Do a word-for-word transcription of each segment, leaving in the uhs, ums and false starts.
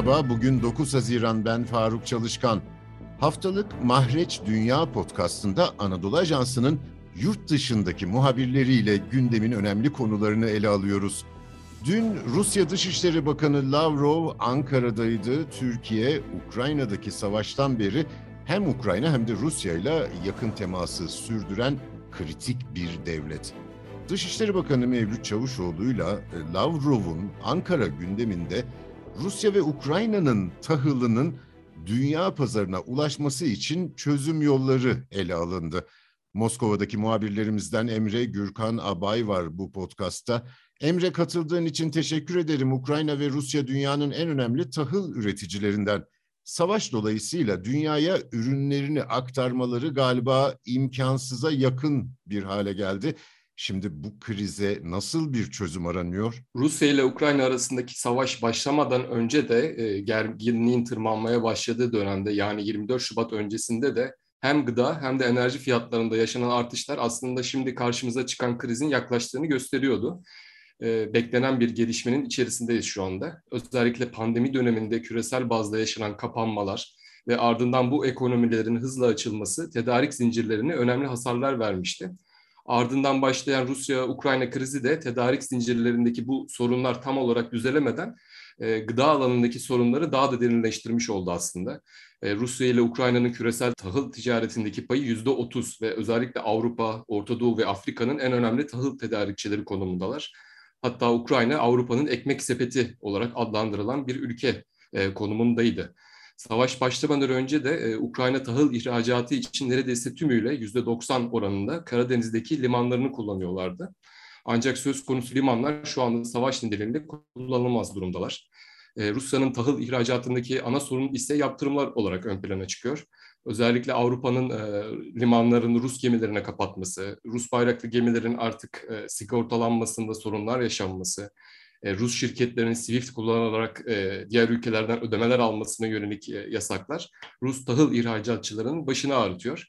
Merhaba, bugün dokuz Haziran, ben Faruk Çalışkan. Haftalık Mahreç Dünya Podcast'ında Anadolu Ajansı'nın yurt dışındaki muhabirleriyle gündemin önemli konularını ele alıyoruz. Dün Rusya Dışişleri Bakanı Lavrov Ankara'daydı. Türkiye, Ukrayna'daki savaştan beri hem Ukrayna hem de Rusya ile yakın teması sürdüren kritik bir devlet. Dışişleri Bakanı Mevlüt Çavuşoğlu'yla Lavrov'un Ankara gündeminde Rusya ve Ukrayna'nın tahılının dünya pazarına ulaşması için çözüm yolları ele alındı. Moskova'daki muhabirlerimizden Emre Gürkan Abay var bu podcastta. Emre, katıldığın için teşekkür ederim. Ukrayna ve Rusya dünyanın en önemli tahıl üreticilerinden. Savaş dolayısıyla dünyaya ürünlerini aktarmaları galiba imkansıza yakın bir hale geldi. Şimdi bu krize nasıl bir çözüm aranıyor? Rusya ile Ukrayna arasındaki savaş başlamadan önce de e, gerginliğin tırmanmaya başladığı dönemde, yani yirmi dört Şubat öncesinde de hem gıda hem de enerji fiyatlarında yaşanan artışlar aslında şimdi karşımıza çıkan krizin yaklaştığını gösteriyordu. E, beklenen bir gelişmenin içerisindeyiz şu anda. Özellikle pandemi döneminde küresel bazda yaşanan kapanmalar ve ardından bu ekonomilerin hızla açılması tedarik zincirlerine önemli hasarlar vermişti. Ardından başlayan Rusya-Ukrayna krizi de tedarik zincirlerindeki bu sorunlar tam olarak düzelemeden e, gıda alanındaki sorunları daha da derinleştirmiş oldu aslında. E, Rusya ile Ukrayna'nın küresel tahıl ticaretindeki payı yüzde otuz ve özellikle Avrupa, Orta Doğu ve Afrika'nın en önemli tahıl tedarikçileri konumundalar. Hatta Ukrayna Avrupa'nın ekmek sepeti olarak adlandırılan bir ülke e, konumundaydı. Savaş başlamadan önce de e, Ukrayna tahıl ihracatı için neredeyse tümüyle yüzde doksan oranında Karadeniz'deki limanlarını kullanıyorlardı. Ancak söz konusu limanlar şu anda savaş nedeniyle kullanılmaz durumdalar. E, Rusya'nın tahıl ihracatındaki ana sorun ise yaptırımlar olarak ön plana çıkıyor. Özellikle Avrupa'nın e, limanlarını Rus gemilerine kapatması, Rus bayraklı gemilerin artık e, sigortalanmasında sorunlar yaşanması, e, Rus şirketlerinin SWIFT kullanarak e, diğer ülkelerden ödemeler almasına yönelik e, yasaklar Rus tahıl ihracatçılarının başını ağrıtıyor.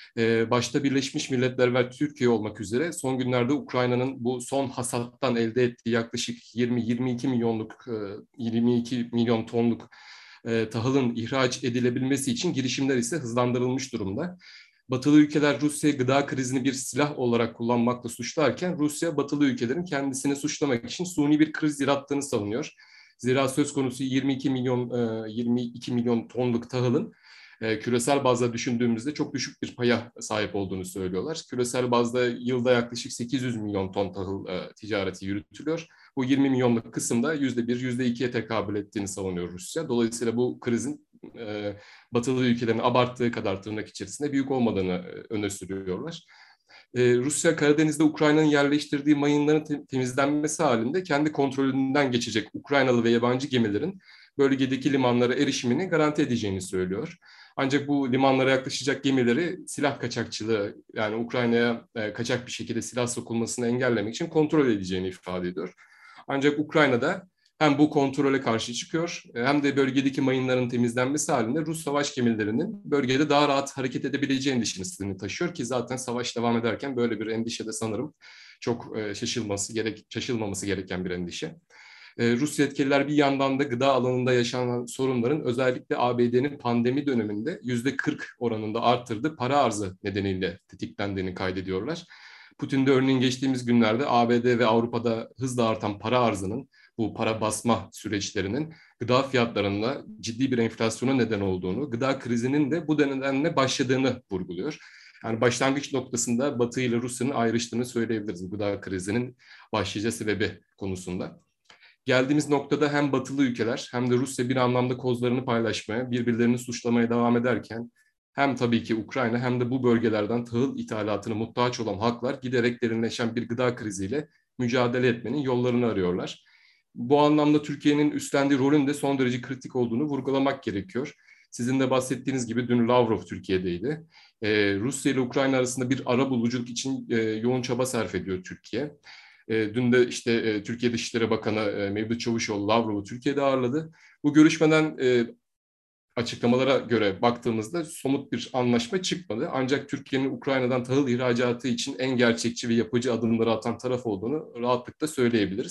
E, başta Birleşmiş Milletler ve Türkiye olmak üzere son günlerde Ukrayna'nın bu son hasattan elde ettiği yaklaşık yirmi yirmi iki milyonluk e, yirmi iki milyon tonluk e, tahılın ihraç edilebilmesi için girişimler ise hızlandırılmış durumda. Batılı ülkeler Rusya gıda krizini bir silah olarak kullanmakla suçlarken Rusya batılı ülkelerin kendisini suçlamak için suni bir kriz yarattığını savunuyor. Zira söz konusu yirmi iki milyon yirmi iki milyon tonluk tahılın küresel bazda düşündüğümüzde çok düşük bir paya sahip olduğunu söylüyorlar. Küresel bazda yılda yaklaşık sekiz yüz milyon ton tahıl ticareti yürütülüyor. Bu yirmi milyonluk kısımda yüzde bir, yüzde ikiye tekabül ettiğini savunuyor Rusya. Dolayısıyla bu krizin e, batılı ülkelerin abarttığı kadar tırnak içerisinde büyük olmadığını e, öne sürüyorlar. E, Rusya Karadeniz'de Ukrayna'nın yerleştirdiği mayınların te- temizlenmesi halinde kendi kontrolünden geçecek Ukraynalı ve yabancı gemilerin bölgedeki limanlara erişimini garanti edeceğini söylüyor. Ancak bu limanlara yaklaşacak gemileri silah kaçakçılığı, yani Ukrayna'ya e, kaçak bir şekilde silah sokulmasını engellemek için kontrol edeceğini ifade ediyor. Ancak Ukrayna'da hem bu kontrole karşı çıkıyor hem de bölgedeki mayınların temizlenmesi halinde Rus savaş gemilerinin bölgede daha rahat hareket edebileceği endişesini taşıyor ki zaten savaş devam ederken böyle bir endişe de sanırım çok şaşılması gerek, şaşılmaması gereken bir endişe. Rus yetkililer bir yandan da gıda alanında yaşanan sorunların özellikle A B D'nin pandemi döneminde yüzde kırk oranında arttırdığı para arzı nedeniyle tetiklendiğini kaydediyorlar. Putin de örneğin geçtiğimiz günlerde A B D ve Avrupa'da hızla artan para arzının, bu para basma süreçlerinin gıda fiyatlarında ciddi bir enflasyona neden olduğunu, gıda krizinin de bu nedenle başladığını vurguluyor. Yani başlangıç noktasında Batı ile Rusya'nın ayrıştığını söyleyebiliriz gıda krizinin başlıca sebebi konusunda. Geldiğimiz noktada hem batılı ülkeler hem de Rusya bir anlamda kozlarını paylaşmaya, birbirlerini suçlamaya devam ederken hem tabii ki Ukrayna hem de bu bölgelerden tahıl ithalatına muhtaç olan halklar giderek derinleşen bir gıda kriziyle mücadele etmenin yollarını arıyorlar. Bu anlamda Türkiye'nin üstlendiği rolün de son derece kritik olduğunu vurgulamak gerekiyor. Sizin de bahsettiğiniz gibi dün Lavrov Türkiye'deydi. Ee, Rusya ile Ukrayna arasında bir ara buluculuk için e, yoğun çaba sarf ediyor Türkiye. E, dün de işte e, Türkiye Dışişleri Bakanı e, Mevlüt Çavuşoğlu Lavrov'u Türkiye'de ağırladı. Bu görüşmeden e, açıklamalara göre baktığımızda somut bir anlaşma çıkmadı. Ancak Türkiye'nin Ukrayna'dan tahıl ihracatı için en gerçekçi ve yapıcı adımları atan taraf olduğunu rahatlıkla söyleyebiliriz.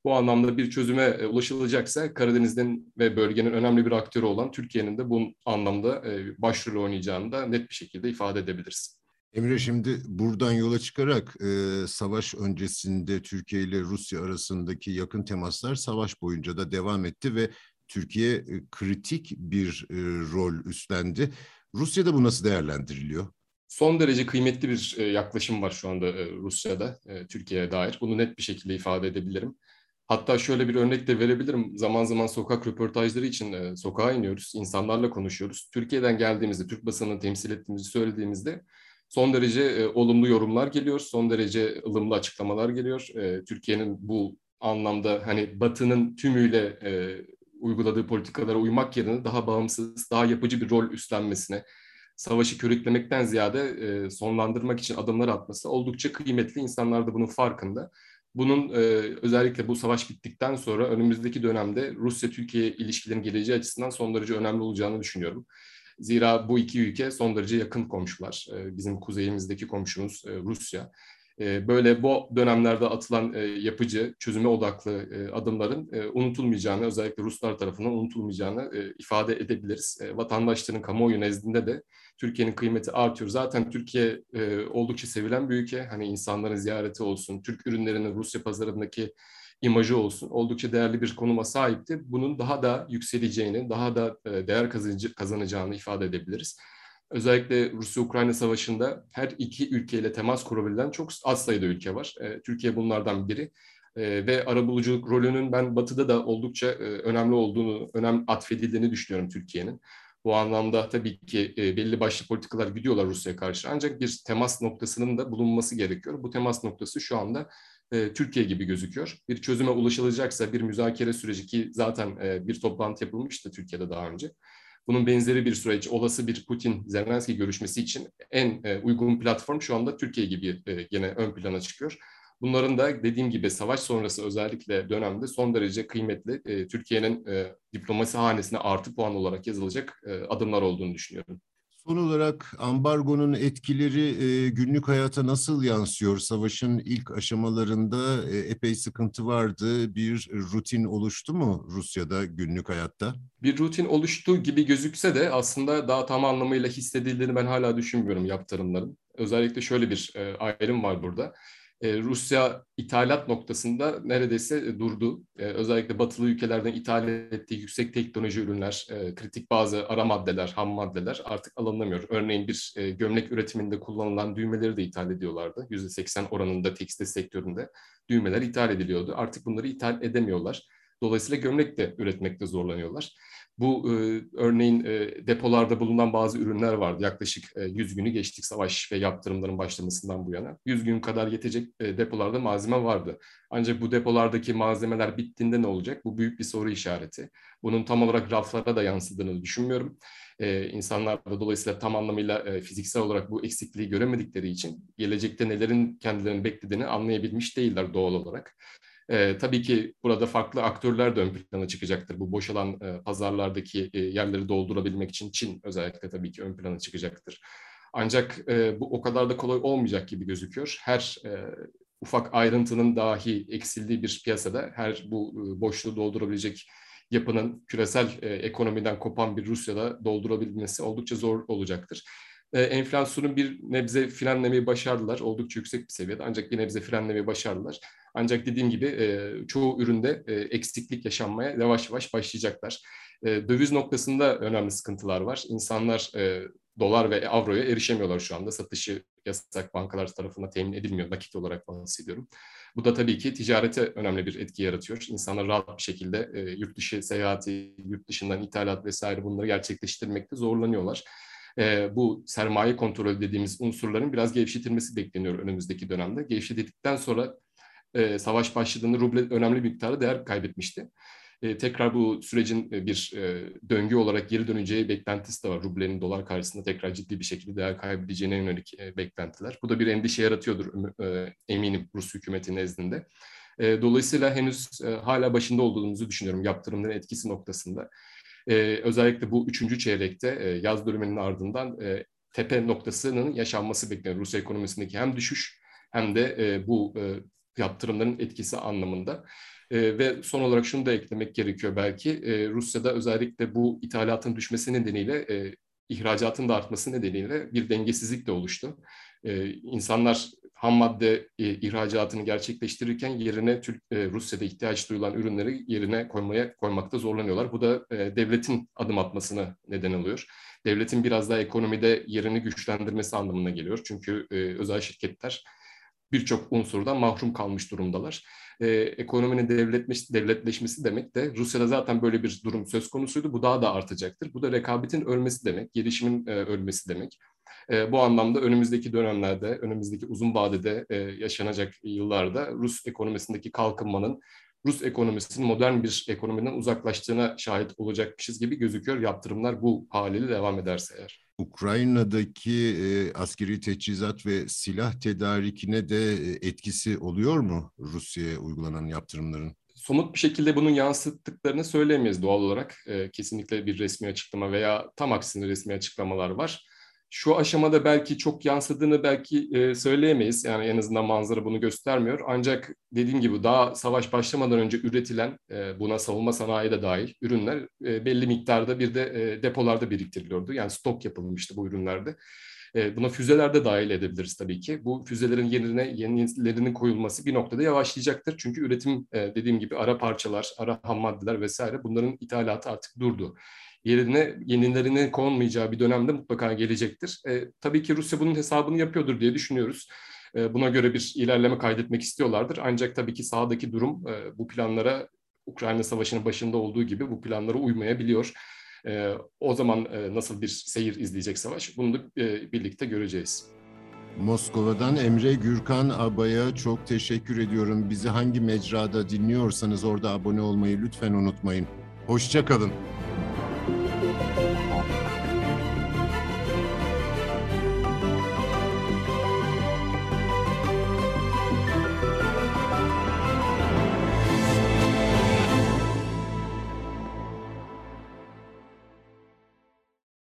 Bu anlamda bir çözüme e, ulaşılacaksa Karadeniz'in ve bölgenin önemli bir aktörü olan Türkiye'nin de bu anlamda e, başrol oynayacağını da net bir şekilde ifade edebiliriz. Emre, şimdi buradan yola çıkarak e, savaş öncesinde Türkiye ile Rusya arasındaki yakın temaslar savaş boyunca da devam etti ve Türkiye e, kritik bir e, rol üstlendi. Rusya'da bu nasıl değerlendiriliyor? Son derece kıymetli bir e, yaklaşım var şu anda e, Rusya'da, e, Türkiye'ye dair. Bunu net bir şekilde ifade edebilirim. Hatta şöyle bir örnek de verebilirim. Zaman zaman sokak röportajları için e, sokağa iniyoruz, insanlarla konuşuyoruz. Türkiye'den geldiğimizde, Türk basınını temsil ettiğimizi söylediğimizde son derece e, olumlu yorumlar geliyor, son derece ılımlı açıklamalar geliyor. E, Türkiye'nin bu anlamda hani Batı'nın tümüyle e, uyguladığı politikalara uymak yerine daha bağımsız, daha yapıcı bir rol üstlenmesine, savaşı körüklemekten ziyade e, sonlandırmak için adımlar atması oldukça kıymetli. İnsanlar da bunun farkında. Bunun e, özellikle bu savaş bittikten sonra önümüzdeki dönemde Rusya-Türkiye ilişkilerinin geleceği açısından son derece önemli olacağını düşünüyorum. Zira bu iki ülke son derece yakın komşular. E, bizim kuzeyimizdeki komşumuz e, Rusya. E, böyle bu dönemlerde atılan e, yapıcı, çözüme odaklı e, adımların e, unutulmayacağını, özellikle Ruslar tarafından unutulmayacağını e, ifade edebiliriz. E, vatandaşların kamuoyu nezdinde de Türkiye'nin kıymeti artıyor. Zaten Türkiye e, oldukça sevilen bir ülke. Hani insanların ziyareti olsun, Türk ürünlerinin Rusya pazarındaki imajı olsun, oldukça değerli bir konuma sahipti. Bunun daha da yükseleceğini, daha da e, değer kazanacağını ifade edebiliriz. Özellikle Rusya-Ukrayna savaşında her iki ülkeyle temas kurabilen çok az sayıda ülke var. E, Türkiye bunlardan biri. E, ve arabuluculuk rolünün ben Batı'da da oldukça e, önemli olduğunu, önem atfedildiğini düşünüyorum Türkiye'nin. Bu anlamda tabii ki e, belli başlı politikalar gidiyorlar Rusya'ya karşı. Ancak bir temas noktasının da bulunması gerekiyor. Bu temas noktası şu anda e, Türkiye gibi gözüküyor. Bir çözüme ulaşılacaksa bir müzakere süreci, ki zaten e, bir toplantı yapılmıştı Türkiye'de daha önce. Bunun benzeri bir süreç, olası bir Putin-Zelenski görüşmesi için en e, uygun platform şu anda Türkiye gibi e, gene ön plana çıkıyor. Bunların da dediğim gibi savaş sonrası özellikle dönemde son derece kıymetli, e, Türkiye'nin e, diplomasi hanesine artı puan olarak yazılacak e, adımlar olduğunu düşünüyorum. Son olarak ambargonun etkileri e, günlük hayata nasıl yansıyor? Savaşın ilk aşamalarında e, epey sıkıntı vardı. Bir rutin oluştu mu Rusya'da günlük hayatta? Bir rutin oluştuğu gibi gözükse de aslında daha tam anlamıyla hissedildiğini ben hala düşünmüyorum yaptırımların. Özellikle şöyle bir e, ayrım var burada. E, Rusya ithalat noktasında neredeyse e, durdu. E, özellikle batılı ülkelerden ithal ettiği yüksek teknoloji ürünler, e, kritik bazı ara maddeler, ham maddeler artık alınamıyor. Örneğin bir e, gömlek üretiminde kullanılan düğmeleri de ithal ediyorlardı. yüzde seksen oranında tekstil sektöründe düğmeler ithal ediliyordu. Artık bunları ithal edemiyorlar. Dolayısıyla gömlek de üretmekte zorlanıyorlar. Bu e, örneğin e, depolarda bulunan bazı ürünler vardı. Yaklaşık e, yüz günü geçtik savaş ve yaptırımların başlamasından bu yana. yüz gün kadar yetecek e, depolarda malzeme vardı. Ancak bu depolardaki malzemeler bittiğinde ne olacak? Bu büyük bir soru işareti. Bunun tam olarak raflara da yansıdığını düşünmüyorum. E, insanlar da dolayısıyla tam anlamıyla e, fiziksel olarak bu eksikliği göremedikleri için gelecekte nelerin kendilerini beklediğini anlayabilmiş değiller doğal olarak. E, tabii ki burada farklı aktörler de ön plana çıkacaktır. Bu boşalan e, pazarlardaki e, yerleri doldurabilmek için Çin özellikle tabii ki ön plana çıkacaktır. Ancak e, bu o kadar da kolay olmayacak gibi gözüküyor. Her e, ufak ayrıntının dahi eksildiği bir piyasada her bu e, boşluğu doldurabilecek yapının küresel e, ekonomiden kopan bir Rusya'da doldurabilmesi oldukça zor olacaktır. E, enflasyonu bir nebze frenlemeyi başardılar. Oldukça yüksek bir seviyede ancak bir nebze frenlemeyi başardılar. Ancak dediğim gibi e, çoğu üründe e, eksiklik yaşanmaya yavaş yavaş başlayacaklar. E, döviz noktasında önemli sıkıntılar var. İnsanlar e, dolar ve avroya erişemiyorlar şu anda. Satışı yasak, bankalar tarafından temin edilmiyor. Nakit olarak bahsediyorum. Bu da tabii ki ticarete önemli bir etki yaratıyor. İnsanlar rahat bir şekilde e, yurt dışı seyahati, yurt dışından ithalat vesaire bunları gerçekleştirmekte zorlanıyorlar. E, bu sermaye kontrolü dediğimiz unsurların biraz gevşetilmesi bekleniyor önümüzdeki dönemde. Gevşetildikten sonra e, savaş başladığında ruble önemli bir miktarda değer kaybetmişti. E, tekrar bu sürecin e, bir e, döngü olarak geri döneceği beklentisi de var. Rublenin dolar karşısında tekrar ciddi bir şekilde değer kaybedeceğine yönelik e, beklentiler. Bu da bir endişe yaratıyordur e, eminim Rus hükümeti nezdinde. E, dolayısıyla henüz e, hala başında olduğumuzu düşünüyorum yaptırımların etkisi noktasında. E, özellikle bu üçüncü çeyrekte e, yaz döneminin ardından e, tepe noktasının yaşanması bekleniyor. Rusya ekonomisindeki hem düşüş hem de e, bu e, yaptırımların etkisi anlamında. E, ve son olarak şunu da eklemek gerekiyor belki. E, Rusya'da özellikle bu ithalatın düşmesi nedeniyle, e, ihracatın da artması nedeniyle bir dengesizlik de oluştu. E, insanlar ham madde e, ihracatını gerçekleştirirken yerine Türk, e, Rusya'da ihtiyaç duyulan ürünleri yerine koymaya koymakta zorlanıyorlar. Bu da e, devletin adım atmasına neden oluyor. Devletin biraz daha ekonomide yerini güçlendirmesi anlamına geliyor. Çünkü e, özel şirketler birçok unsurdan mahrum kalmış durumdalar. Ee, ekonominin devletleş, devletleşmesi demek de Rusya'da zaten böyle bir durum söz konusuydu. Bu daha da artacaktır. Bu da rekabetin ölmesi demek, gelişimin e, ölmesi demek. E, bu anlamda önümüzdeki dönemlerde, önümüzdeki uzun vadede e, yaşanacak yıllarda Rus ekonomisindeki kalkınmanın Rus ekonomisinin modern bir ekonomiden uzaklaştığına şahit olacakmışız gibi gözüküyor. Yaptırımlar bu haliyle devam ederse eğer. Ukrayna'daki e, askeri teçhizat ve silah tedarikine de e, etkisi oluyor mu Rusya'ya uygulanan yaptırımların? Somut bir şekilde bunun yansıttıklarını söyleyemeyiz doğal olarak. E, kesinlikle bir resmi açıklama veya tam aksine resmi açıklamalar var. Şu aşamada belki çok yansıdığını belki e, söyleyemeyiz. Yani en azından manzara bunu göstermiyor. Ancak dediğim gibi daha savaş başlamadan önce üretilen, e, buna savunma sanayi de dahil ürünler e, belli miktarda bir de e, depolarda biriktiriliyordu. Yani stok yapılmıştı bu ürünlerde. E, buna füzeler de dahil edebiliriz tabii ki. Bu füzelerin yerine yenilerinin koyulması bir noktada yavaşlayacaktır. Çünkü üretim e, dediğim gibi ara parçalar, ara ham maddeler vesaire bunların ithalatı artık durdu. Yerine yenilerinin konmayacağı bir dönemde mutlaka gelecektir. E, tabii ki Rusya bunun hesabını yapıyordur diye düşünüyoruz. E, buna göre bir ilerleme kaydetmek istiyorlardır. Ancak tabii ki sahadaki durum e, bu planlara, Ukrayna Savaşı'nın başında olduğu gibi bu planlara uymayabiliyor. E, o zaman e, nasıl bir seyir izleyecek savaş? Bunu da e, birlikte göreceğiz. Moskova'dan Emre Gürkan Abay'a çok teşekkür ediyorum. Bizi hangi mecrada dinliyorsanız orada abone olmayı lütfen unutmayın. Hoşça kalın.